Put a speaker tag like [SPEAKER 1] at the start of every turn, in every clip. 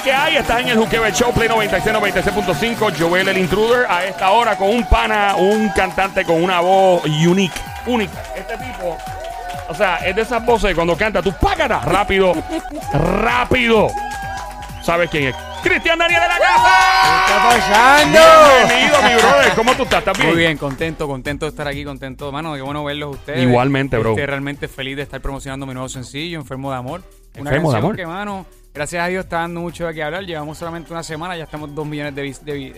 [SPEAKER 1] que hay. Estás en el Juqueo Show, Play 96, 96.5. Joel el Intruder a esta hora con un pana, un cantante con una voz única. Este tipo, o sea, es de esas voces que cuando canta tú págata rápido. ¿Sabes quién es? Cristian Daniel de la casa.
[SPEAKER 2] ¿Qué está pasando?
[SPEAKER 1] Bienvenido, mi brother. ¿Cómo tú estás? ¿Estás bien?
[SPEAKER 2] Muy bien, contento de estar aquí, contento, mano. Qué bueno verlos ustedes.
[SPEAKER 1] Igualmente, bro.
[SPEAKER 2] Realmente feliz de estar promocionando mi nuevo sencillo, Enfermo de Amor. Una
[SPEAKER 1] Enfermo de
[SPEAKER 2] canción
[SPEAKER 1] Amor.
[SPEAKER 2] que, mano, gracias a Dios está dando mucho de qué hablar. Llevamos solamente una semana, ya estamos 2 millones de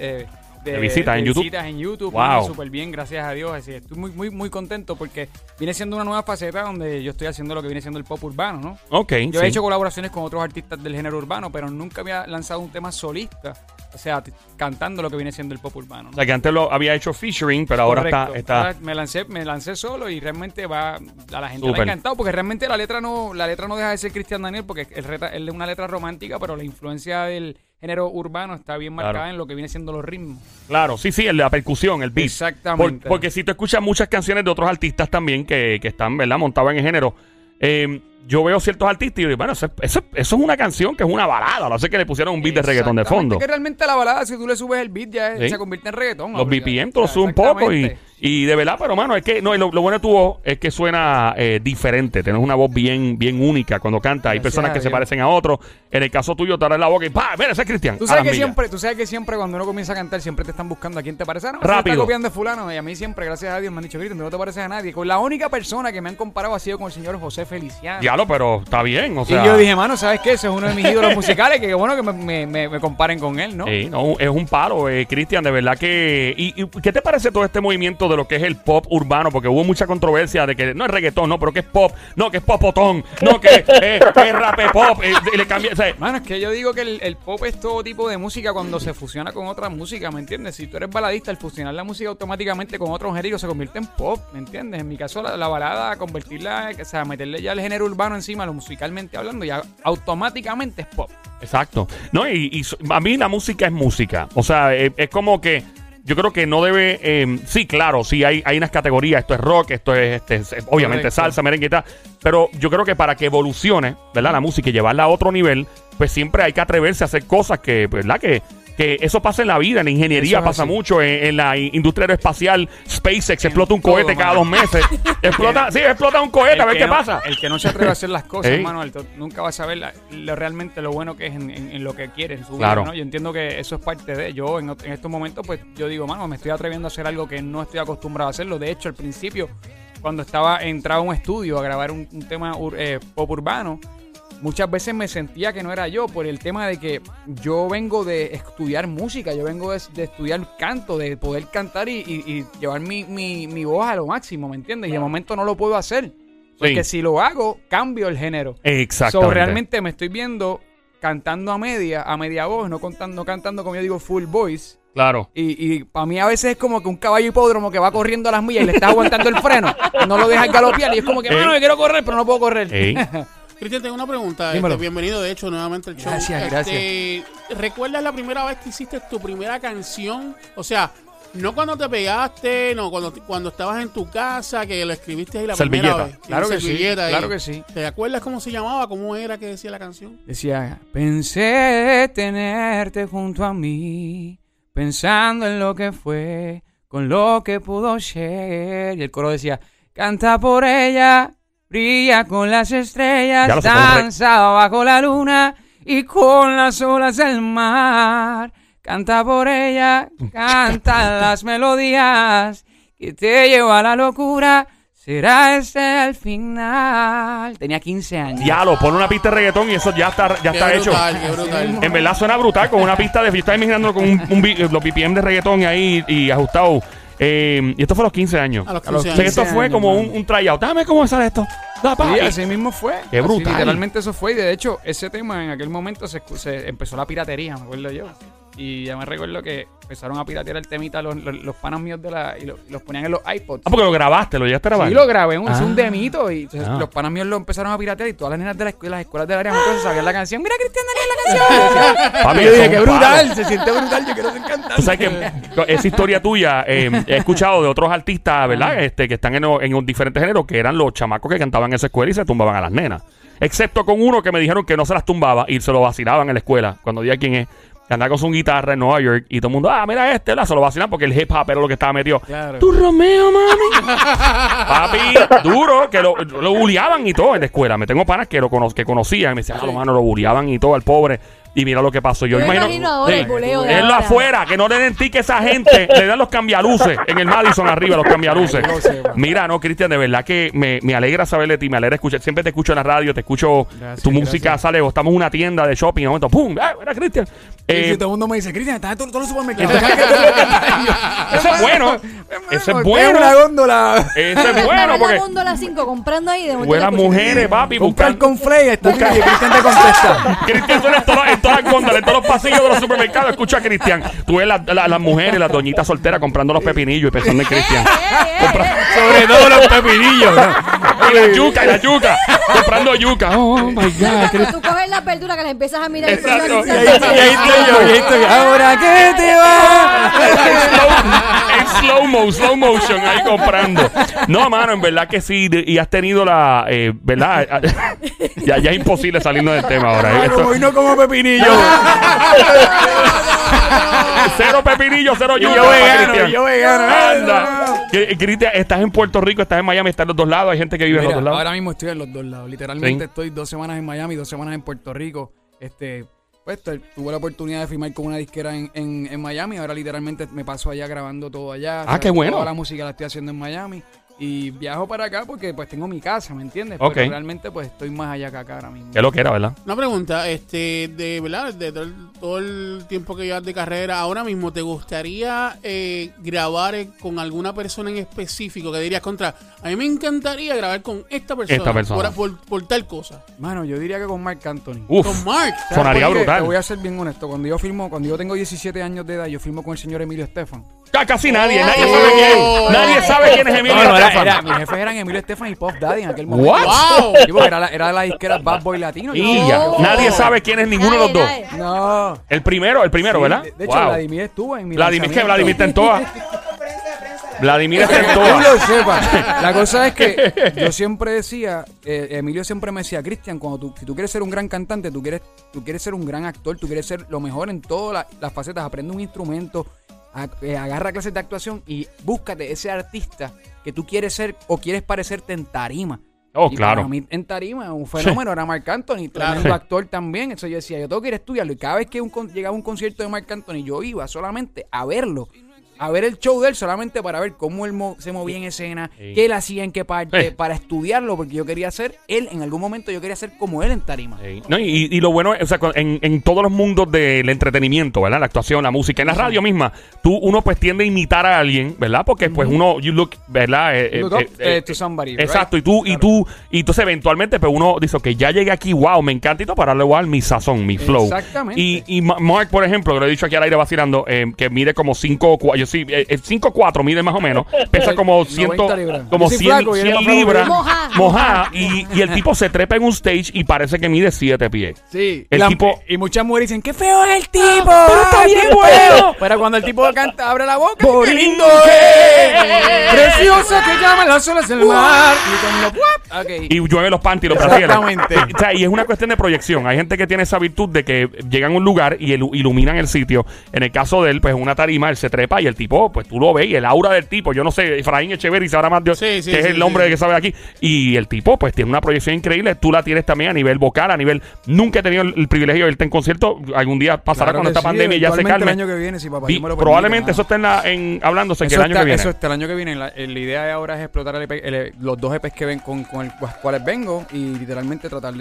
[SPEAKER 1] visitas en YouTube.
[SPEAKER 2] Visitas en YouTube.
[SPEAKER 1] Wow.
[SPEAKER 2] Súper bien, gracias a Dios. Así, estoy muy contento porque viene siendo una nueva faceta donde yo estoy haciendo lo que viene siendo el pop urbano, ¿no?
[SPEAKER 1] Ok,
[SPEAKER 2] Yo he hecho colaboraciones con otros artistas del género urbano, pero nunca había lanzado un tema solista. O sea, cantando lo que viene siendo el pop urbano, ¿no?
[SPEAKER 1] O sea, que antes lo había hecho featuring, pero ahora está...
[SPEAKER 2] Ahora me lancé solo y realmente a la gente le
[SPEAKER 1] Súper.
[SPEAKER 2] ha encantado porque realmente la letra no deja de ser Cristian Daniel porque él es una letra romántica, pero la influencia del género urbano está bien marcada en lo que viene siendo los ritmos.
[SPEAKER 1] Claro, sí, la percusión, el beat.
[SPEAKER 2] Exactamente.
[SPEAKER 1] Porque si tú escuchas muchas canciones de otros artistas también que están, ¿verdad?, montados en el género. Yo veo ciertos artistas y digo, bueno, eso es una canción que es una balada. No sé que le pusieron un beat de reggaetón de fondo.
[SPEAKER 2] Que realmente la balada, si tú le subes el beat, ya
[SPEAKER 1] Sí.
[SPEAKER 2] se convierte en reggaetón.
[SPEAKER 1] Los BPM te lo suben un poco y de verdad, pero mano, es que no, y lo bueno de tu voz es que suena diferente. Tienes una voz bien única cuando canta. Hay
[SPEAKER 2] Gracias
[SPEAKER 1] personas
[SPEAKER 2] a
[SPEAKER 1] que se
[SPEAKER 2] Dios.
[SPEAKER 1] parecen a otros. En el caso tuyo, te abres la boca y ¡pah! Mira, ese es Cristian.
[SPEAKER 2] Tú sabes que siempre cuando uno comienza a cantar, siempre te están buscando a quién te parece. No,
[SPEAKER 1] Rápido.
[SPEAKER 2] se está copiando de fulano. Y a mí siempre, gracias a Dios, me han dicho, Cristian, tú no te pareces a nadie. Con la única persona que me han comparado ha sido con el señor José Feliciano.
[SPEAKER 1] Diablo, pero está bien, o sea...
[SPEAKER 2] Y yo dije, mano, ¿sabes qué? Ese es uno de mis ídolos musicales, que bueno que me comparen con él, ¿no?
[SPEAKER 1] Sí, no, es un palo, Cristian, de verdad que... ¿Y qué te parece todo este movimiento de lo que es el pop urbano? Porque hubo mucha controversia de que no es reggaetón, no, pero que es pop, no, que es popotón, no, que es rap pop, le cambia, o sea,
[SPEAKER 2] Mano, es que yo digo que el pop es todo tipo de música cuando se fusiona con otra música, ¿me entiendes? Si tú eres baladista, al fusionar la música automáticamente con otros géneros se convierte en pop, ¿me entiendes? En mi caso, la balada, convertirla, o sea, meterle ya el género urbano encima, lo musicalmente hablando, ya automáticamente es pop.
[SPEAKER 1] exacto. No, y a mí la música es música, o sea, es como que yo creo que no debe, sí, claro, sí, hay unas categorías, esto es rock, esto es obviamente
[SPEAKER 2] Correcto.
[SPEAKER 1] salsa, merengue y tal, pero yo creo que para que evolucione, ¿verdad?, la música y llevarla a otro nivel, pues siempre hay que atreverse a hacer cosas que, ¿verdad?, que eso pasa en la vida, en la ingeniería
[SPEAKER 2] Eso es
[SPEAKER 1] pasa
[SPEAKER 2] así.
[SPEAKER 1] mucho, en la industria aeroespacial, SpaceX
[SPEAKER 2] En
[SPEAKER 1] explota un
[SPEAKER 2] todo,
[SPEAKER 1] cohete cada
[SPEAKER 2] mano.
[SPEAKER 1] 2 meses, explota un cohete, a ver qué pasa.
[SPEAKER 2] El que no se atreve a hacer las cosas,
[SPEAKER 1] Ey.
[SPEAKER 2] mano, nunca va a saber realmente lo bueno que es en lo que quiere en su
[SPEAKER 1] Claro.
[SPEAKER 2] vida, ¿no? Yo entiendo que eso es parte de... Yo en estos momentos, pues, yo digo, mano, me estoy atreviendo a hacer algo que no estoy acostumbrado a hacerlo. De hecho, al principio, cuando entraba a un estudio a grabar un tema pop urbano, muchas veces me sentía que no era yo por el tema de que yo vengo de estudiar música, yo vengo de estudiar canto, de poder cantar y llevar mi voz a lo máximo, ¿me entiendes? Y de momento no lo puedo hacer. Porque si lo hago, cambio el género.
[SPEAKER 1] Exactamente.
[SPEAKER 2] So, realmente me estoy viendo cantando a media voz, no cantando como yo digo, full voice.
[SPEAKER 1] Claro.
[SPEAKER 2] Y para mí a veces es como que un caballo hipódromo que va corriendo a las millas y le está aguantando el freno, no lo deja galopear y es como que, mano, yo quiero correr, pero no puedo correr.
[SPEAKER 1] Ey.
[SPEAKER 3] Cristian, tengo una pregunta.
[SPEAKER 2] Dímelo.
[SPEAKER 3] Bienvenido, de hecho, nuevamente al show.
[SPEAKER 2] Gracias.
[SPEAKER 3] ¿Recuerdas la primera vez que hiciste tu primera canción? O sea, no cuando te pegaste, no, cuando estabas en tu casa, que lo escribiste ahí la
[SPEAKER 1] Servilleta.
[SPEAKER 3] primera vez.
[SPEAKER 2] Claro que sí,
[SPEAKER 3] Servilleta ahí.
[SPEAKER 2] claro que sí.
[SPEAKER 3] ¿Te acuerdas cómo se llamaba? ¿Cómo era que decía la canción?
[SPEAKER 2] Decía, pensé tenerte junto a mí, pensando en lo que fue, con lo que pudo ser. Y el coro decía, canta por ella, brilla con las estrellas,
[SPEAKER 1] Ya lo sé, con
[SPEAKER 2] danza bajo la luna y con las olas del mar. Canta por ella, canta las melodías que te lleva a la locura. Será este el final. Tenía 15 años.
[SPEAKER 1] Ya lo pone una pista de reggaetón y eso ya está
[SPEAKER 3] Qué
[SPEAKER 1] hecho.
[SPEAKER 3] brutal, qué brutal.
[SPEAKER 1] En verdad suena brutal con una pista de... Yo estaba imaginando con los BPM de reggaetón ahí y ajustado. Y esto fue a los 15 años.
[SPEAKER 3] A los
[SPEAKER 2] A los
[SPEAKER 3] 15
[SPEAKER 1] O sea, que
[SPEAKER 3] años.
[SPEAKER 1] esto fue
[SPEAKER 2] años,
[SPEAKER 1] como
[SPEAKER 2] mano.
[SPEAKER 1] un tryout. Dame cómo sale esto. Da, pa.
[SPEAKER 2] Sí, así mismo fue.
[SPEAKER 1] Qué
[SPEAKER 2] Así,
[SPEAKER 1] brutal.
[SPEAKER 2] literalmente eso fue. Y de hecho, ese tema en aquel momento se empezó la piratería, me acuerdo yo. Y ya me recuerdo que empezaron a piratear el temita los panas míos y los ponían en los iPods.
[SPEAKER 1] Ah, porque lo grabaste, lo llegaste a grabar.
[SPEAKER 2] Sí, lo grabé, hice un
[SPEAKER 1] Ah.
[SPEAKER 2] demito y entonces
[SPEAKER 1] Ah.
[SPEAKER 2] los panas míos lo empezaron a piratear y todas las nenas de las escuelas del área entonces sabían la canción. Mira, Cristian Daniel, la canción.
[SPEAKER 1] Papi,
[SPEAKER 2] Y yo dije,
[SPEAKER 1] son
[SPEAKER 2] qué brutal,
[SPEAKER 1] palos.
[SPEAKER 2] se siente brutal, yo quiero ser cantante.
[SPEAKER 1] Tú sabes que esa historia tuya he escuchado de otros artistas, ¿verdad? Que están en diferentes géneros, que eran los chamacos que cantaban en esa escuela y se tumbaban a las nenas. excepto con uno que me dijeron que no se las tumbaba y se lo vacilaban en la escuela. Cuando di a quién es, que andaba con su guitarra en Nueva York y todo el mundo, mira se lo vacilan porque el hip hop era lo que estaba metido.
[SPEAKER 2] Claro.
[SPEAKER 1] Tu Romeo, mami. Papi, duro, que lo bulleaban y todo en la escuela. Me tengo panas que que conocían y me decían, los manos lo bulleaban y todo al pobre. Y mira lo que pasó. Yo
[SPEAKER 4] me
[SPEAKER 1] imagino
[SPEAKER 4] ahora el buleo de
[SPEAKER 1] él
[SPEAKER 4] ahora.
[SPEAKER 1] afuera, que no le den tique a esa gente. Le dan los cambialuces en el Madison arriba, los cambialuces. Mira, no, Cristian, de verdad que me alegra saber de ti, me alegra escuchar. Siempre te escucho en la radio, te escucho, tu música sale, o estamos en una tienda de shopping, en un momento, ¡pum! Era Cristian.
[SPEAKER 2] Y todo el mundo me dice, Cristian, estás en todos los supermercados.
[SPEAKER 1] Eso es bueno. Eso es bueno.
[SPEAKER 2] Una góndola.
[SPEAKER 1] Eso es
[SPEAKER 4] Estaba
[SPEAKER 1] bueno
[SPEAKER 4] en
[SPEAKER 1] porque
[SPEAKER 4] la góndola 5 comprando ahí de momento
[SPEAKER 1] buenas
[SPEAKER 4] te escucho.
[SPEAKER 1] mujeres, papi.
[SPEAKER 2] Comprar con Flay, está aquí, Cristian te contesta.
[SPEAKER 1] Cristian suena en todas las góndolas, en todos los pasillos de los supermercados. Escucha a Cristian. Tú ves las mujeres, las doñitas solteras comprando los pepinillos y pensando en Cristian.
[SPEAKER 2] Sobre todo los pepinillos.
[SPEAKER 1] Y la yuca. Comprando yuca. Oh my God.
[SPEAKER 4] Cuando tú coges las verduras que las empiezas a mirar
[SPEAKER 1] Exacto.
[SPEAKER 2] Y ahí estoy yo. Ahora que te vas.
[SPEAKER 1] En slow motion ahí comprando. No, mano, en verdad que sí. Y has tenido ¿verdad? ya es imposible salirnos del tema ahora. Esto-
[SPEAKER 2] Hoy no como pepinillo.
[SPEAKER 1] Cero pepinillo, cero
[SPEAKER 2] Y
[SPEAKER 1] yuca.
[SPEAKER 2] yo
[SPEAKER 1] para
[SPEAKER 2] vegano,
[SPEAKER 1] Cristian.
[SPEAKER 2] y yo vegano.
[SPEAKER 1] Anda. Cristian, estás en Puerto Rico, estás en Miami, estás en los dos lados. Hay gente que vive en los dos
[SPEAKER 2] Mira,
[SPEAKER 1] lados.
[SPEAKER 2] ahora mismo estoy en los dos lados. Literalmente
[SPEAKER 1] Sí.
[SPEAKER 2] estoy 2 semanas en Miami, 2 semanas en Puerto Rico. Pues tuve la oportunidad de firmar con una disquera en Miami. Ahora literalmente me paso allá grabando todo allá.
[SPEAKER 1] Qué bueno.
[SPEAKER 2] Toda la música la estoy haciendo en Miami. Y viajo para acá porque pues tengo mi casa, ¿me entiendes?
[SPEAKER 1] Ok.
[SPEAKER 2] Pero realmente pues estoy más allá que acá ahora mismo.
[SPEAKER 1] Es lo que era, ¿verdad?
[SPEAKER 3] Una pregunta, de verdad, de todo el tiempo que llevas de carrera, ahora mismo, ¿te gustaría grabar con alguna persona en específico que dirías a mí me encantaría grabar con esta persona, por tal cosa?
[SPEAKER 2] Mano, yo diría que con Marc Anthony.
[SPEAKER 1] Uf,
[SPEAKER 3] Con Mark.
[SPEAKER 2] ¿Sabes
[SPEAKER 1] sonaría
[SPEAKER 2] por qué?
[SPEAKER 1] brutal.
[SPEAKER 2] Te voy a ser bien honesto. Cuando yo tengo 17 años de edad, yo firmo con el señor Emilio Estefan.
[SPEAKER 1] Casi nadie sabe quién. Nadie sabe quién es Emilio Estefan.
[SPEAKER 2] Mis jefes eran Emilio Estefan y Puff Daddy en aquel momento.
[SPEAKER 1] What?
[SPEAKER 3] ¡Wow!
[SPEAKER 2] Sí, porque era la disquera Bad Boy Latino.
[SPEAKER 1] Y ya.
[SPEAKER 4] No.
[SPEAKER 1] Nadie sabe quién es ninguno de los dos.
[SPEAKER 2] No.
[SPEAKER 1] El primero,
[SPEAKER 2] Sí,
[SPEAKER 1] ¿verdad?
[SPEAKER 2] De hecho,
[SPEAKER 1] Wow.
[SPEAKER 2] Vladimir estuvo en mi
[SPEAKER 1] Vladimir
[SPEAKER 2] lanzamiento.
[SPEAKER 1] está en todas. Vladimir está en
[SPEAKER 2] Tú
[SPEAKER 1] todas.
[SPEAKER 2] lo sepas. La cosa es que yo siempre decía, Emilio siempre me decía, Cristian, si tú quieres ser un gran cantante, tú quieres ser un gran actor, tú quieres ser lo mejor en todas las facetas, aprende un instrumento, agarra clases de actuación y búscate ese artista que tú quieres ser o quieres parecerte en tarima.
[SPEAKER 1] Oh,
[SPEAKER 2] Y
[SPEAKER 1] claro.
[SPEAKER 2] para mí en tarima, un fenómeno era Marc Anthony, tremendo
[SPEAKER 1] Sí.
[SPEAKER 2] actor también. Eso yo decía, yo tengo que ir a estudiarlo. Y cada vez que llegaba un concierto de Marc Anthony, yo iba solamente a verlo. A ver el show de él solamente para ver cómo él se movía en escena,
[SPEAKER 1] Sí.
[SPEAKER 2] qué él hacía en qué parte,
[SPEAKER 1] Sí.
[SPEAKER 2] para estudiarlo, porque yo quería ser él, en algún momento yo quería ser como él en tarima.
[SPEAKER 1] Sí. No, y lo bueno es, o sea, en todos los mundos del entretenimiento, ¿verdad? La actuación, la música, en la radio misma, uno pues tiende a imitar a alguien, ¿verdad? Porque pues you look, ¿verdad?
[SPEAKER 2] Look up, to somebody, right?
[SPEAKER 1] Exacto, y entonces eventualmente pues uno dice, ok, ya llegué aquí, wow, me encanta y todo, para darle igual mi sazón, mi flow.
[SPEAKER 2] Exactamente.
[SPEAKER 1] Y Mark, por ejemplo, que lo he dicho aquí al aire vacilando, que mide como 5'4", yo sí, 5'4" mide más o menos, pesa como
[SPEAKER 2] 90 libras.
[SPEAKER 1] como
[SPEAKER 2] Yo soy
[SPEAKER 1] 100,
[SPEAKER 2] flaco y él
[SPEAKER 1] 100
[SPEAKER 2] es más flaco que
[SPEAKER 1] libras,
[SPEAKER 4] yo.
[SPEAKER 1] mojada, y el tipo se trepa en un stage y parece que mide 7 pies.
[SPEAKER 2] Sí,
[SPEAKER 1] El tipo-
[SPEAKER 2] y muchas mujeres dicen, ¡qué feo es el tipo!
[SPEAKER 1] pero está bien
[SPEAKER 2] qué
[SPEAKER 1] bueno.
[SPEAKER 2] feo". Pero cuando el tipo canta, abre la boca, ¡qué
[SPEAKER 1] Bonito
[SPEAKER 2] lindo
[SPEAKER 1] es.
[SPEAKER 2] es! ¡Preciosa que llaman las olas del mar! Y con lo, ¡guap! Ok.
[SPEAKER 1] Y llueve los panties y los brasieres.
[SPEAKER 2] Exactamente.
[SPEAKER 1] O sea, y es una cuestión de proyección. Hay gente que tiene esa virtud de que llegan a un lugar y iluminan el sitio. En el caso de él, pues una tarima, él se trepa y el tipo, pues tú lo ves y el aura del tipo, yo no sé, Efraín Echeverri sabrá más Dios,
[SPEAKER 3] Sí, sí,
[SPEAKER 1] que es
[SPEAKER 3] sí,
[SPEAKER 1] el hombre
[SPEAKER 3] sí.
[SPEAKER 1] que sabe aquí. Y el tipo, pues tiene una proyección increíble. Tú la tienes también a nivel vocal, a nivel... Nunca he tenido el privilegio de verte en concierto. Algún día pasará
[SPEAKER 2] Claro
[SPEAKER 1] cuando
[SPEAKER 2] que
[SPEAKER 1] esta
[SPEAKER 2] sí,
[SPEAKER 1] pandemia ya se
[SPEAKER 2] eventualmente
[SPEAKER 1] calme.
[SPEAKER 2] el año que viene, sí, papá, Dios me lo permite,
[SPEAKER 1] Probablemente eso
[SPEAKER 2] mano.
[SPEAKER 1] esté hablándose que
[SPEAKER 2] Eso
[SPEAKER 1] el año
[SPEAKER 2] está-
[SPEAKER 1] que viene.
[SPEAKER 2] Eso está el año que viene. La idea de ahora es explotar los 2 EPs que ven con los cuales vengo y literalmente tratar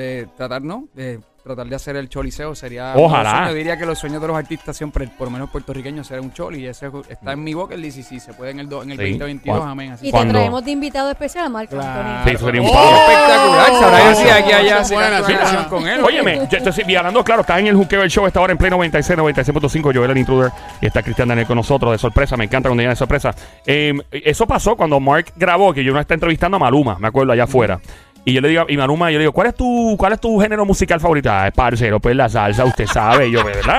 [SPEAKER 2] de hacer el choliseo. Sería
[SPEAKER 1] Ojalá.
[SPEAKER 2] un sueño. Diría que los sueños de los artistas siempre, por lo menos puertorriqueños, será un choli. Y ese está en mi boca el 16. Se puede en el 2022,
[SPEAKER 1] Cuando-
[SPEAKER 2] amén. Así
[SPEAKER 4] Y te
[SPEAKER 1] Cuando-
[SPEAKER 4] traemos de invitado especial a Marc
[SPEAKER 2] Claro.
[SPEAKER 4] Anthony.
[SPEAKER 1] Sí, eso sería un
[SPEAKER 3] Oh.
[SPEAKER 1] palo.
[SPEAKER 2] espectacular. Sabrá yo si aquí allá
[SPEAKER 3] Son
[SPEAKER 2] se
[SPEAKER 3] buenas,
[SPEAKER 2] canta
[SPEAKER 3] sí,
[SPEAKER 2] una canción
[SPEAKER 3] buenas.
[SPEAKER 2] con él.
[SPEAKER 1] Óyeme, yo estoy hablando claro, estás en el juqueo del show esta hora en Play 96.5, Joel el Intruder, y está Cristian Daniel con nosotros de sorpresa, me encanta cuando llegan de sorpresa. Eso pasó cuando Mark grabó, que yo no estaba entrevistando a Maluma, me acuerdo, allá afuera. Y yo le digo, y Maluma, yo le digo, ¿cuál es tu género musical favorito? Ah, parcero, pues la salsa, usted sabe, y yo, ¿verdad?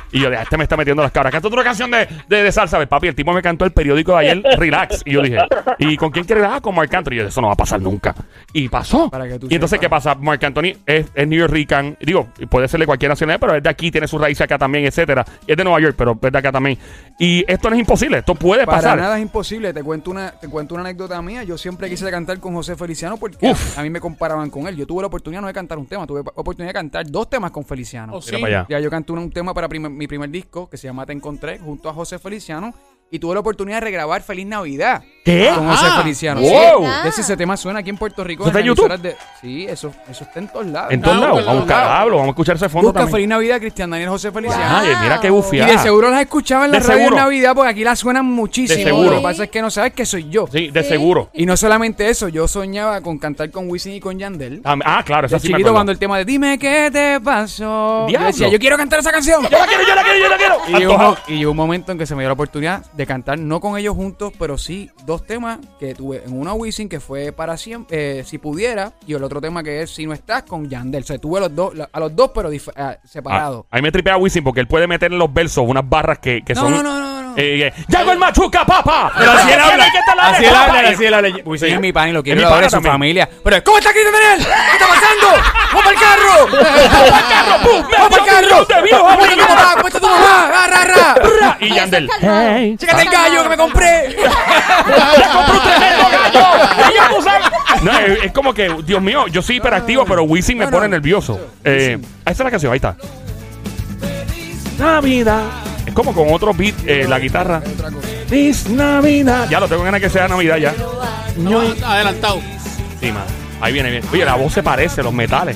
[SPEAKER 1] Y yo, este me está metiendo las cabras. Canta otra canción de salsa. A ver, papi, el tipo me cantó el periódico de ayer, Relax. Y yo dije, ¿y con quién quieres? Con Marc Anthony. Y yo, eso no va a pasar nunca. Y pasó.
[SPEAKER 2] Para que tú
[SPEAKER 1] Y entonces,
[SPEAKER 2] sepas.
[SPEAKER 1] ¿qué pasa? Marc Anthony es New York, digo, puede ser de cualquier nacionalidad, pero es de aquí, tiene sus raíces acá también, etcétera. Es de Nueva York, pero es de acá también. Y esto no es imposible, esto puede
[SPEAKER 2] Para
[SPEAKER 1] pasar.
[SPEAKER 2] nada es imposible. Te cuento una anécdota mía. Yo siempre quise cantar con José Feliciano porque a mí me comparaban con él. Yo tuve la oportunidad no de cantar un tema, tuve la oportunidad de cantar 2 temas con Feliciano.
[SPEAKER 3] Oh, sí.
[SPEAKER 1] Mira para allá.
[SPEAKER 2] Ya yo canté un tema para mi primer disco que se llama Te Encontré junto a José Feliciano y tuve la oportunidad de regrabar Feliz Navidad
[SPEAKER 1] ¿Qué?
[SPEAKER 2] con José
[SPEAKER 3] Ah,
[SPEAKER 2] Feliciano.
[SPEAKER 1] wow.
[SPEAKER 2] Ese tema suena aquí en Puerto Rico.
[SPEAKER 1] ¿Eso está en
[SPEAKER 2] las
[SPEAKER 1] YouTube?
[SPEAKER 2] emisoras Sí, eso está en todos lados.
[SPEAKER 1] En todos
[SPEAKER 3] Ah,
[SPEAKER 1] lados.
[SPEAKER 3] bueno,
[SPEAKER 1] Vamos a buscarlo, vamos a escuchar ese fondo
[SPEAKER 2] Busca
[SPEAKER 1] también.
[SPEAKER 2] Feliz Navidad, Cristian Daniel José Feliciano.
[SPEAKER 1] Ay, mira qué
[SPEAKER 2] Y
[SPEAKER 1] bufiada.
[SPEAKER 2] de seguro las escuchaba en la
[SPEAKER 1] De
[SPEAKER 2] radio en
[SPEAKER 1] seguro.
[SPEAKER 2] Navidad porque aquí las suenan muchísimo.
[SPEAKER 1] De seguro.
[SPEAKER 2] Lo que pasa es que no sabes que soy yo.
[SPEAKER 1] Sí, de seguro.
[SPEAKER 2] Y no solamente eso, yo soñaba con cantar con Wisin y con Yandel.
[SPEAKER 1] Ah, claro,
[SPEAKER 2] De
[SPEAKER 1] esa sí me
[SPEAKER 2] chiquito
[SPEAKER 1] acuerdo.
[SPEAKER 2] cuando el tema de Dime qué te pasó.
[SPEAKER 1] Diablo.
[SPEAKER 2] Yo decía, yo quiero cantar esa canción.
[SPEAKER 1] Yo la quiero.
[SPEAKER 2] Y llegó,
[SPEAKER 1] Antojado.
[SPEAKER 2] y llegó un momento en que se me dio la oportunidad de cantar, no con ellos juntos, pero sí 2 temas que tuve. En una Wisin que fue Para Siempre, Si Pudiera, y el otro tema que es Si No Estás con Yandel. O sea, tuve a los dos, pero separados.
[SPEAKER 1] A mí me tripea Wisin porque él puede meter en los versos unas barras que son...
[SPEAKER 2] No.
[SPEAKER 1] ¡Llegó el machuca, papá!
[SPEAKER 2] Pero así él habla.
[SPEAKER 1] Así él habla.
[SPEAKER 2] Wisin es mi pan y lo
[SPEAKER 1] Es
[SPEAKER 2] quiero
[SPEAKER 1] mi
[SPEAKER 2] ahora
[SPEAKER 1] pana
[SPEAKER 2] de su
[SPEAKER 1] también.
[SPEAKER 2] familia. Pero, ¿cómo está Cristian Daniel? ¿Qué está pasando? ¡Vamos para el carro! ¡Vamos para el carro! ¿Cómo está tu mamá? ¿Cómo está tu mamá? ¡Ra!
[SPEAKER 1] Y Yandel.
[SPEAKER 4] Hey.
[SPEAKER 2] ¡Chécate el gallo que me compré!
[SPEAKER 1] ¡Ya compré un tremendo gallo! Y ya tú sabes. No, es como que, Dios mío, yo soy hiperactivo, pero Wisin me pone nervioso. Ahí está la canción, ahí está. Navidad. Es como con otro beat, la guitarra.
[SPEAKER 2] Otra cosa.
[SPEAKER 1] Es Navidad. Ya lo tengo ganas que sea Navidad ya.
[SPEAKER 3] No, adelantado.
[SPEAKER 1] Sí, man. Ahí viene. Oye, la voz se parece, los metales.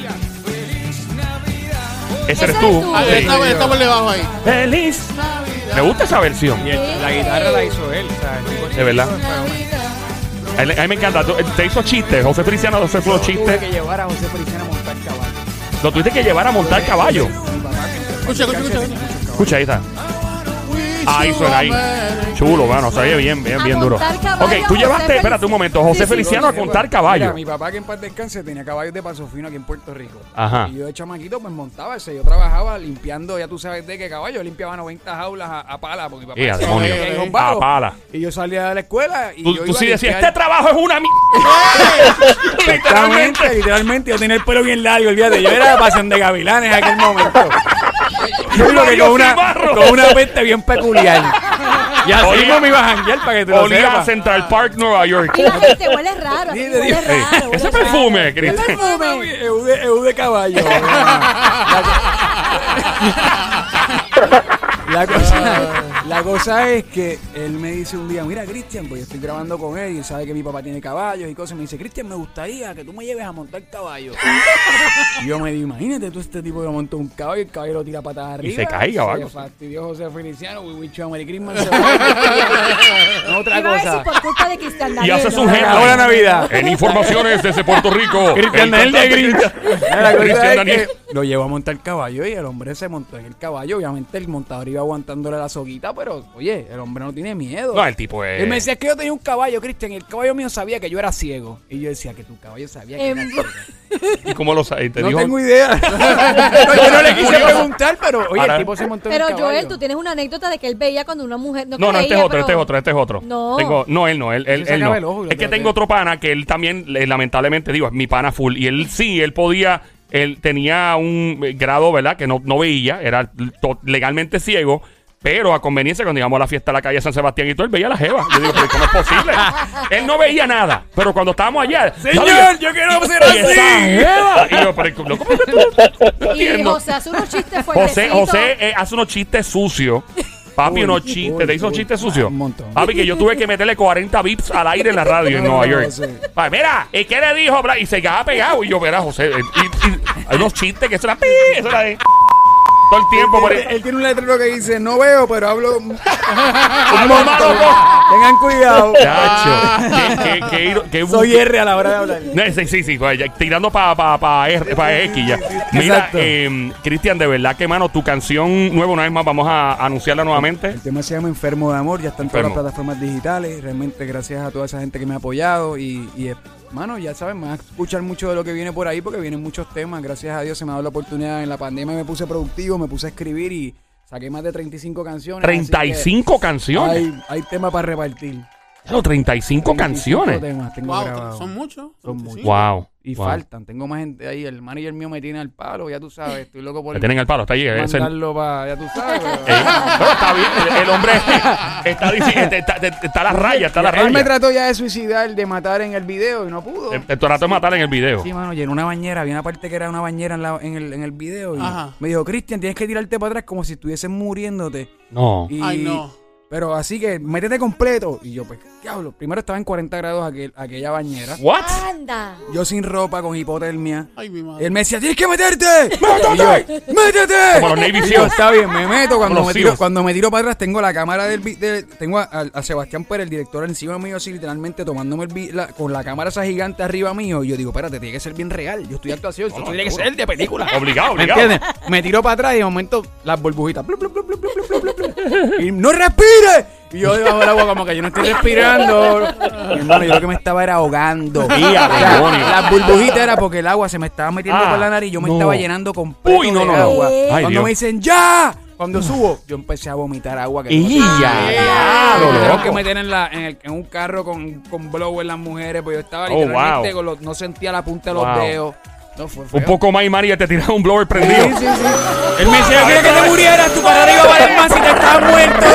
[SPEAKER 1] Ese eres tú.
[SPEAKER 3] Ah,
[SPEAKER 1] Sí.
[SPEAKER 3] está por debajo ahí.
[SPEAKER 1] Feliz. Me gusta esa versión.
[SPEAKER 2] La guitarra la hizo él. O sea, el tipo
[SPEAKER 1] De verdad.
[SPEAKER 2] fue
[SPEAKER 1] A mí me encanta. Te hizo chistes. José Feliciano hace los
[SPEAKER 2] Tuve
[SPEAKER 1] chistes.
[SPEAKER 2] que llevar a José Feliciano a montar caballo.
[SPEAKER 1] Lo tuviste que llevar a montar caballo.
[SPEAKER 2] Mi papá, que
[SPEAKER 3] Escucha.
[SPEAKER 1] Escucha, ahí está. Ahí suena ahí. Chulo, mano. Se oye bien
[SPEAKER 4] A
[SPEAKER 1] duro.
[SPEAKER 4] montar caballo,
[SPEAKER 1] Ok, tú
[SPEAKER 4] José
[SPEAKER 1] llevaste, espérate un momento, José
[SPEAKER 4] Sí, sí,
[SPEAKER 1] Feliciano a contar caballo.
[SPEAKER 2] Mira, mi papá, que en paz descanse, tenía caballos de paso fino aquí en Puerto Rico.
[SPEAKER 1] Ajá.
[SPEAKER 2] Y yo de chamaquito pues montaba ese. Yo trabajaba limpiando, ya tú sabes de qué caballo. Yo limpiaba 90 jaulas a pala. Porque mi papá
[SPEAKER 1] ¡Eh,
[SPEAKER 2] hacía
[SPEAKER 1] demonio!
[SPEAKER 2] que hay un
[SPEAKER 1] A
[SPEAKER 2] vago.
[SPEAKER 1] pala.
[SPEAKER 2] Y yo salía de la escuela y
[SPEAKER 1] Tú
[SPEAKER 2] yo iba
[SPEAKER 1] sí
[SPEAKER 2] a
[SPEAKER 1] decías,
[SPEAKER 2] limpiar.
[SPEAKER 1] este trabajo es una mierda.
[SPEAKER 2] Literalmente, yo tenía el pelo bien largo, olvídate. Yo era la pasión de gavilanes en aquel momento. Yo digo que
[SPEAKER 1] Mario
[SPEAKER 2] con
[SPEAKER 1] Cimarro.
[SPEAKER 2] una peste bien peculiar. Y así
[SPEAKER 1] Olía-
[SPEAKER 2] mismo me iba a janguear para que tú lo
[SPEAKER 1] Olía a
[SPEAKER 2] sepas.
[SPEAKER 1] Central Park, Nueva York.
[SPEAKER 4] Y la gente huele raro.
[SPEAKER 2] Sí,
[SPEAKER 4] aquí
[SPEAKER 2] te
[SPEAKER 4] huele
[SPEAKER 2] digo.
[SPEAKER 4] raro.
[SPEAKER 1] Ese
[SPEAKER 4] huele
[SPEAKER 1] perfume,
[SPEAKER 4] raro.
[SPEAKER 1] Cristian.
[SPEAKER 4] Ese perfume.
[SPEAKER 2] Eu de caballo. La cosa es que él me dice un día, mira Cristian, pues yo estoy grabando con él y él sabe que mi papá tiene caballos y cosas. Y me dice, Cristian, me gustaría que tú me lleves a montar caballo. Y yo me digo, imagínate tú este tipo que monta un caballo y el caballo lo tira patas arriba.
[SPEAKER 1] se cae, caballo.
[SPEAKER 2] Se fastidió José Feliciano, we wish you a Merry Christmas. No, otra
[SPEAKER 4] Iba a decir
[SPEAKER 2] cosa.
[SPEAKER 4] por culpa de Cristian
[SPEAKER 1] Y
[SPEAKER 4] Daniel.
[SPEAKER 1] haces un
[SPEAKER 4] ¿no?
[SPEAKER 1] headline.
[SPEAKER 2] Ahora Navidad.
[SPEAKER 1] En informaciones desde Puerto Rico.
[SPEAKER 2] Cristian
[SPEAKER 1] el
[SPEAKER 2] Daniel de
[SPEAKER 1] cantante
[SPEAKER 2] Grinch. La cosa
[SPEAKER 1] Cristian
[SPEAKER 2] es
[SPEAKER 1] Daniel.
[SPEAKER 2] que lo llevó a montar caballo y el hombre se montó en el caballo. Obviamente el montador iba aguantándole la soguita, pero oye, el hombre no tiene miedo.
[SPEAKER 1] No, el tipo es...
[SPEAKER 2] Él me decía que yo tenía un caballo, Cristian, y el caballo mío sabía que yo era ciego. Y yo decía que tu caballo sabía que era ciego.
[SPEAKER 1] ¿Y cómo lo sabes? ¿Te
[SPEAKER 2] No
[SPEAKER 1] dijo?
[SPEAKER 2] tengo idea. No, yo no le quise preguntar, pero oye,
[SPEAKER 1] Ahora-
[SPEAKER 2] el tipo se montó en
[SPEAKER 4] Pero
[SPEAKER 2] el caballo.
[SPEAKER 4] Joel, tú tienes una anécdota de que él veía cuando una mujer. No,
[SPEAKER 1] No,
[SPEAKER 4] que
[SPEAKER 1] este
[SPEAKER 4] veía,
[SPEAKER 1] es otro.
[SPEAKER 4] No.
[SPEAKER 1] Él no. Él
[SPEAKER 2] Se sacaba
[SPEAKER 1] no.
[SPEAKER 2] el ojo y lo
[SPEAKER 1] Es que
[SPEAKER 2] traté.
[SPEAKER 1] tengo otro pana que él también, lamentablemente, digo, es mi pana full. Y él sí, él tenía un grado, ¿verdad? Que no veía, era legalmente ciego. Pero a conveniencia, cuando íbamos a la fiesta de la calle San Sebastián y todo, él veía la jeva. Yo digo, pero ¿cómo es posible? Él no veía nada. Pero cuando estábamos allá...
[SPEAKER 2] Señor,
[SPEAKER 1] ¿sabes?
[SPEAKER 2] yo quiero ser
[SPEAKER 1] Y esa
[SPEAKER 2] así.
[SPEAKER 1] jeva. Y yo, pero ¿cómo que tú? No
[SPEAKER 4] Y
[SPEAKER 1] entiendo.
[SPEAKER 4] José hace unos chistes fuertecitos.
[SPEAKER 1] José hace unos chistes sucios. Papi,
[SPEAKER 2] Uy,
[SPEAKER 1] unos chistes.
[SPEAKER 2] uy,
[SPEAKER 1] ¿Te hizo
[SPEAKER 2] uy.
[SPEAKER 1] chistes sucios?
[SPEAKER 2] Un montón.
[SPEAKER 1] Papi, que yo tuve que meterle 40 bips al aire en la radio en
[SPEAKER 2] No,
[SPEAKER 1] Nueva York.
[SPEAKER 2] sí.
[SPEAKER 1] Papi, mira, ¿y qué le dijo? Bla? Y se quedaba pegado. Y yo, verá, José. Hay unos chistes que eso era... Eso era de... Todo el tiempo. por ahí.
[SPEAKER 2] Él tiene un letrero que dice, no veo, pero hablo un
[SPEAKER 1] Algo malo,
[SPEAKER 2] Tengan cuidado.
[SPEAKER 1] Chacho. Qué
[SPEAKER 2] Soy R a la hora de hablar.
[SPEAKER 1] No, sí, pues, ya, tirando para X ya. Mira,
[SPEAKER 2] Exacto.
[SPEAKER 1] Cristian, de verdad que, mano, tu canción nueva, una vez más, vamos a anunciarla nuevamente.
[SPEAKER 2] El tema se llama Enfermo de Amor, ya está en todas las
[SPEAKER 1] Enfermo.
[SPEAKER 2] plataformas digitales. Realmente gracias a toda esa gente que me ha apoyado mano, ya saben, me van a escuchar mucho de lo que viene por ahí porque vienen muchos temas. Gracias a Dios se me ha dado la oportunidad. En la pandemia me puse productivo, me puse a escribir y Saqué más de 35 canciones.
[SPEAKER 1] 35 canciones.
[SPEAKER 2] Hay tema para repartir.
[SPEAKER 1] Claro, 35 canciones.
[SPEAKER 2] Temas tengo
[SPEAKER 3] Wow,
[SPEAKER 2] grabados.
[SPEAKER 3] son muchos.
[SPEAKER 2] Son
[SPEAKER 3] Sí.
[SPEAKER 2] muchos.
[SPEAKER 1] Wow.
[SPEAKER 2] Y
[SPEAKER 1] wow.
[SPEAKER 2] faltan. Tengo más gente ahí. El manager mío me tiene al palo, ya tú sabes. Estoy loco por
[SPEAKER 1] Me tienen el palo, está ahí. Es el-
[SPEAKER 2] mandarlo para, ya tú sabes.
[SPEAKER 1] Pero está bien, el hombre está diciendo, está a la raya, está a la
[SPEAKER 2] Él me
[SPEAKER 1] raya.
[SPEAKER 2] trató ya de suicidar, de matar en el video y no pudo.
[SPEAKER 1] Te trató de matar en el video.
[SPEAKER 2] Sí, mano, llenó una bañera. Había una parte que era una bañera en el video. Y
[SPEAKER 3] Ajá.
[SPEAKER 2] me dijo, Cristian, tienes que tirarte para atrás como si estuvieses muriéndote.
[SPEAKER 1] No.
[SPEAKER 2] Y,
[SPEAKER 3] Ay, no.
[SPEAKER 2] Pero así que métete completo. Y yo, pues, diablo. Primero estaba en 40 grados aquella bañera.
[SPEAKER 1] What?
[SPEAKER 4] Anda.
[SPEAKER 2] Yo sin ropa, con hipotermia.
[SPEAKER 3] Ay, mi
[SPEAKER 2] Y
[SPEAKER 3] madre.
[SPEAKER 2] él me decía, tienes que meterte. ¡Métete! ¡Métete!
[SPEAKER 1] Como los Navy
[SPEAKER 2] Y yo,
[SPEAKER 1] Seals.
[SPEAKER 2] está bien, me meto.
[SPEAKER 1] Como los Seals.
[SPEAKER 2] Cuando me tiro para atrás, tengo la cámara tengo a Sebastián Pérez, el director, encima mío, así literalmente tomándome con la cámara esa gigante arriba mío. Y yo digo, espérate, tiene que ser bien real. Yo estoy de actuación, esto tiene que ser de película.
[SPEAKER 1] Obligado,
[SPEAKER 2] ¿Me
[SPEAKER 1] obligado.
[SPEAKER 2] entiendes? Me tiro para atrás y de momento las burbujitas. Blu, blu, blu, blu, blu, blu, blu, blu. Y no respire. Y yo debajo del agua como que yo no estoy respirando. Mi hermano, yo lo que me estaba era ahogando.
[SPEAKER 1] ¡Ya, demonio!
[SPEAKER 2] Las burbujitas era porque el agua se me estaba metiendo
[SPEAKER 1] Ah,
[SPEAKER 2] por la nariz y yo me
[SPEAKER 1] no.
[SPEAKER 2] estaba llenando completo
[SPEAKER 1] Uy, no,
[SPEAKER 2] de
[SPEAKER 1] no, no.
[SPEAKER 2] agua.
[SPEAKER 4] Ay,
[SPEAKER 2] Cuando
[SPEAKER 1] Dios.
[SPEAKER 2] me dicen ¡ya! Cuando subo, yo empecé a vomitar agua. Que
[SPEAKER 1] ¡Y ya!
[SPEAKER 2] me tuvieron
[SPEAKER 1] loco!
[SPEAKER 2] que meter en un carro con blower las mujeres, pues yo estaba
[SPEAKER 1] Oh,
[SPEAKER 2] literalmente
[SPEAKER 1] wow.
[SPEAKER 2] no sentía la punta de los
[SPEAKER 1] Wow.
[SPEAKER 2] dedos. No, fue feo.
[SPEAKER 1] Un poco más y María te tiraba un blower
[SPEAKER 2] Sí,
[SPEAKER 1] prendido.
[SPEAKER 2] sí, sí. Él me decía, yo quería que te murieras, tu carrera iba a valer más si te estabas muerto.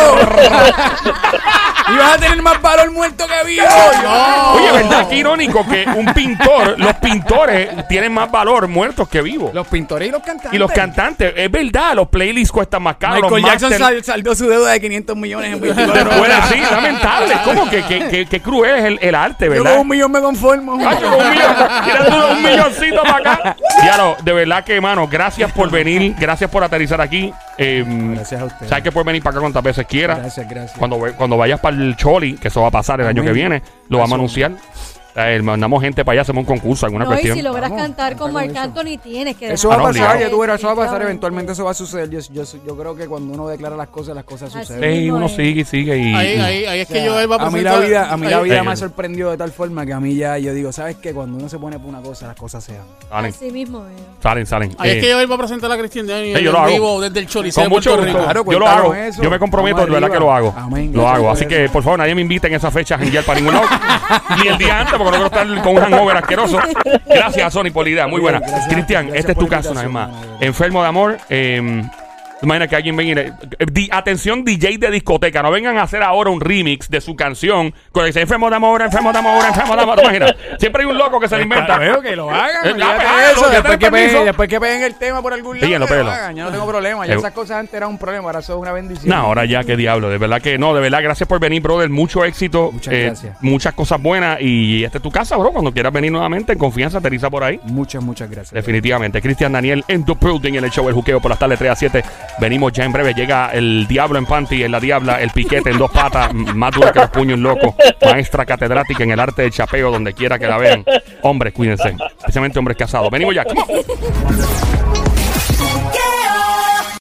[SPEAKER 2] Ibas a tener más valor muerto que vivo.
[SPEAKER 1] Oye, ¿verdad? Qué irónico que un pintor, los pintores tienen más valor muertos que vivos.
[SPEAKER 2] Los pintores y los cantantes.
[SPEAKER 1] Y los cantantes, es verdad, los playlists cuestan más caros.
[SPEAKER 2] Michael
[SPEAKER 1] los
[SPEAKER 2] Jackson
[SPEAKER 1] masters-
[SPEAKER 2] saldó su deuda de 500 millones en 24
[SPEAKER 1] Después,
[SPEAKER 2] horas.
[SPEAKER 1] sí, lamentable. ¿Cómo que cruel es el arte,
[SPEAKER 2] Yo
[SPEAKER 1] verdad?
[SPEAKER 2] con 1 millón me conformo.
[SPEAKER 1] Ay, yo con tirando un milloncito para acá. Diablo, de verdad que, mano, gracias por venir, gracias por aterrizar aquí.
[SPEAKER 2] Gracias a ustedes.
[SPEAKER 1] Sabes que puedes venir para acá cuantas veces quieras.
[SPEAKER 2] Gracias.
[SPEAKER 1] Cuando vayas para el Choli, que eso va a pasar el año que viene, lo vamos a anunciar. Mandamos gente para allá, hacemos un concurso, alguna
[SPEAKER 4] No, y
[SPEAKER 1] cuestión.
[SPEAKER 4] si logras
[SPEAKER 2] Vamos,
[SPEAKER 4] cantar con
[SPEAKER 2] con
[SPEAKER 4] Marc
[SPEAKER 2] eso.
[SPEAKER 4] Anthony, tienes que
[SPEAKER 2] Eso
[SPEAKER 4] dejar
[SPEAKER 2] va a
[SPEAKER 1] no,
[SPEAKER 2] pasar,
[SPEAKER 1] obligado.
[SPEAKER 2] ya tú verás, eso va a pasar,
[SPEAKER 4] Definitivamente.
[SPEAKER 2] eventualmente eso va a suceder. Yo creo que cuando uno declara las cosas
[SPEAKER 4] Así
[SPEAKER 2] suceden.
[SPEAKER 4] es.
[SPEAKER 1] Ey, uno sigue y sigue y...
[SPEAKER 3] Ahí es que yo va a
[SPEAKER 2] A mí
[SPEAKER 3] presentar.
[SPEAKER 2] la vida
[SPEAKER 1] Ahí.
[SPEAKER 2] me ha sorprendido de tal forma que a mí ya, yo digo, ¿sabes qué? Cuando uno se pone por una cosa, las cosas se dan.
[SPEAKER 1] Salen,
[SPEAKER 4] Así mismo es.
[SPEAKER 1] salen.
[SPEAKER 3] Ahí es que yo va a presentar a Cristian Daniel
[SPEAKER 1] Sí, yo lo
[SPEAKER 3] en
[SPEAKER 1] hago.
[SPEAKER 3] vivo desde el Choliseo
[SPEAKER 1] Con
[SPEAKER 3] de
[SPEAKER 1] mucho
[SPEAKER 3] Puerto
[SPEAKER 1] gusto.
[SPEAKER 3] Rico.
[SPEAKER 2] Claro,
[SPEAKER 1] Yo lo
[SPEAKER 2] cuéntanos
[SPEAKER 1] hago.
[SPEAKER 2] eso.
[SPEAKER 1] Yo me comprometo,
[SPEAKER 2] Vamos
[SPEAKER 1] de verdad
[SPEAKER 2] arriba.
[SPEAKER 1] que lo hago.
[SPEAKER 2] Amén.
[SPEAKER 1] Lo hago.
[SPEAKER 2] Gracias
[SPEAKER 1] Así
[SPEAKER 2] por
[SPEAKER 1] que,
[SPEAKER 2] eso.
[SPEAKER 1] por favor, nadie me invite en esa fecha a janguear para ningún lado. Ni el día antes, porque no quiero estar con un hangover asqueroso. Gracias, Sony, por la idea. Muy buena.
[SPEAKER 2] Gracias,
[SPEAKER 1] Cristian,
[SPEAKER 2] gracias
[SPEAKER 1] este es
[SPEAKER 2] por
[SPEAKER 1] tu
[SPEAKER 2] la
[SPEAKER 1] caso, una vez más.
[SPEAKER 2] invitación,
[SPEAKER 1] Enfermo de amor. Imagina que alguien venga y atención, DJ de discoteca. No vengan a hacer ahora un remix de su canción con el que dice enfermo de amor, enfermo de amor, enfermo de amor. ¿Te imaginas? Siempre hay un loco que se lo inventa.
[SPEAKER 2] Veo que lo hagan.
[SPEAKER 1] Ya,
[SPEAKER 2] olvídate
[SPEAKER 1] hágalo,
[SPEAKER 2] de eso.
[SPEAKER 1] ya
[SPEAKER 2] Después
[SPEAKER 1] tenés permiso.
[SPEAKER 2] después que peguen el tema por algún lado,
[SPEAKER 1] Píguenlo,
[SPEAKER 2] que lo
[SPEAKER 1] píguenlo.
[SPEAKER 2] hagan. Yo no tengo problema. Ya esas cosas antes eran un problema, ahora son una bendición.
[SPEAKER 1] No, ahora ya, qué diablo. De verdad que no, de verdad, gracias por venir, brother. Mucho éxito.
[SPEAKER 2] Muchas gracias.
[SPEAKER 1] Muchas cosas buenas. Y esta es tu casa, bro. Cuando quieras venir nuevamente, en confianza, aterriza por ahí.
[SPEAKER 2] Muchas gracias.
[SPEAKER 1] Definitivamente. Cristian Daniel en The Building, en el show El Juqueo por las tardes 3 a 7. Venimos ya en breve. Llega el Diablo en panty, en la Diabla, el Piquete en 2 patas, más duro que los puños locos. Maestra catedrática en el arte del chapeo, donde quiera que la vean. Hombres, cuídense. Especialmente hombres casados. Venimos ya. Come on.
[SPEAKER 5] Yeah.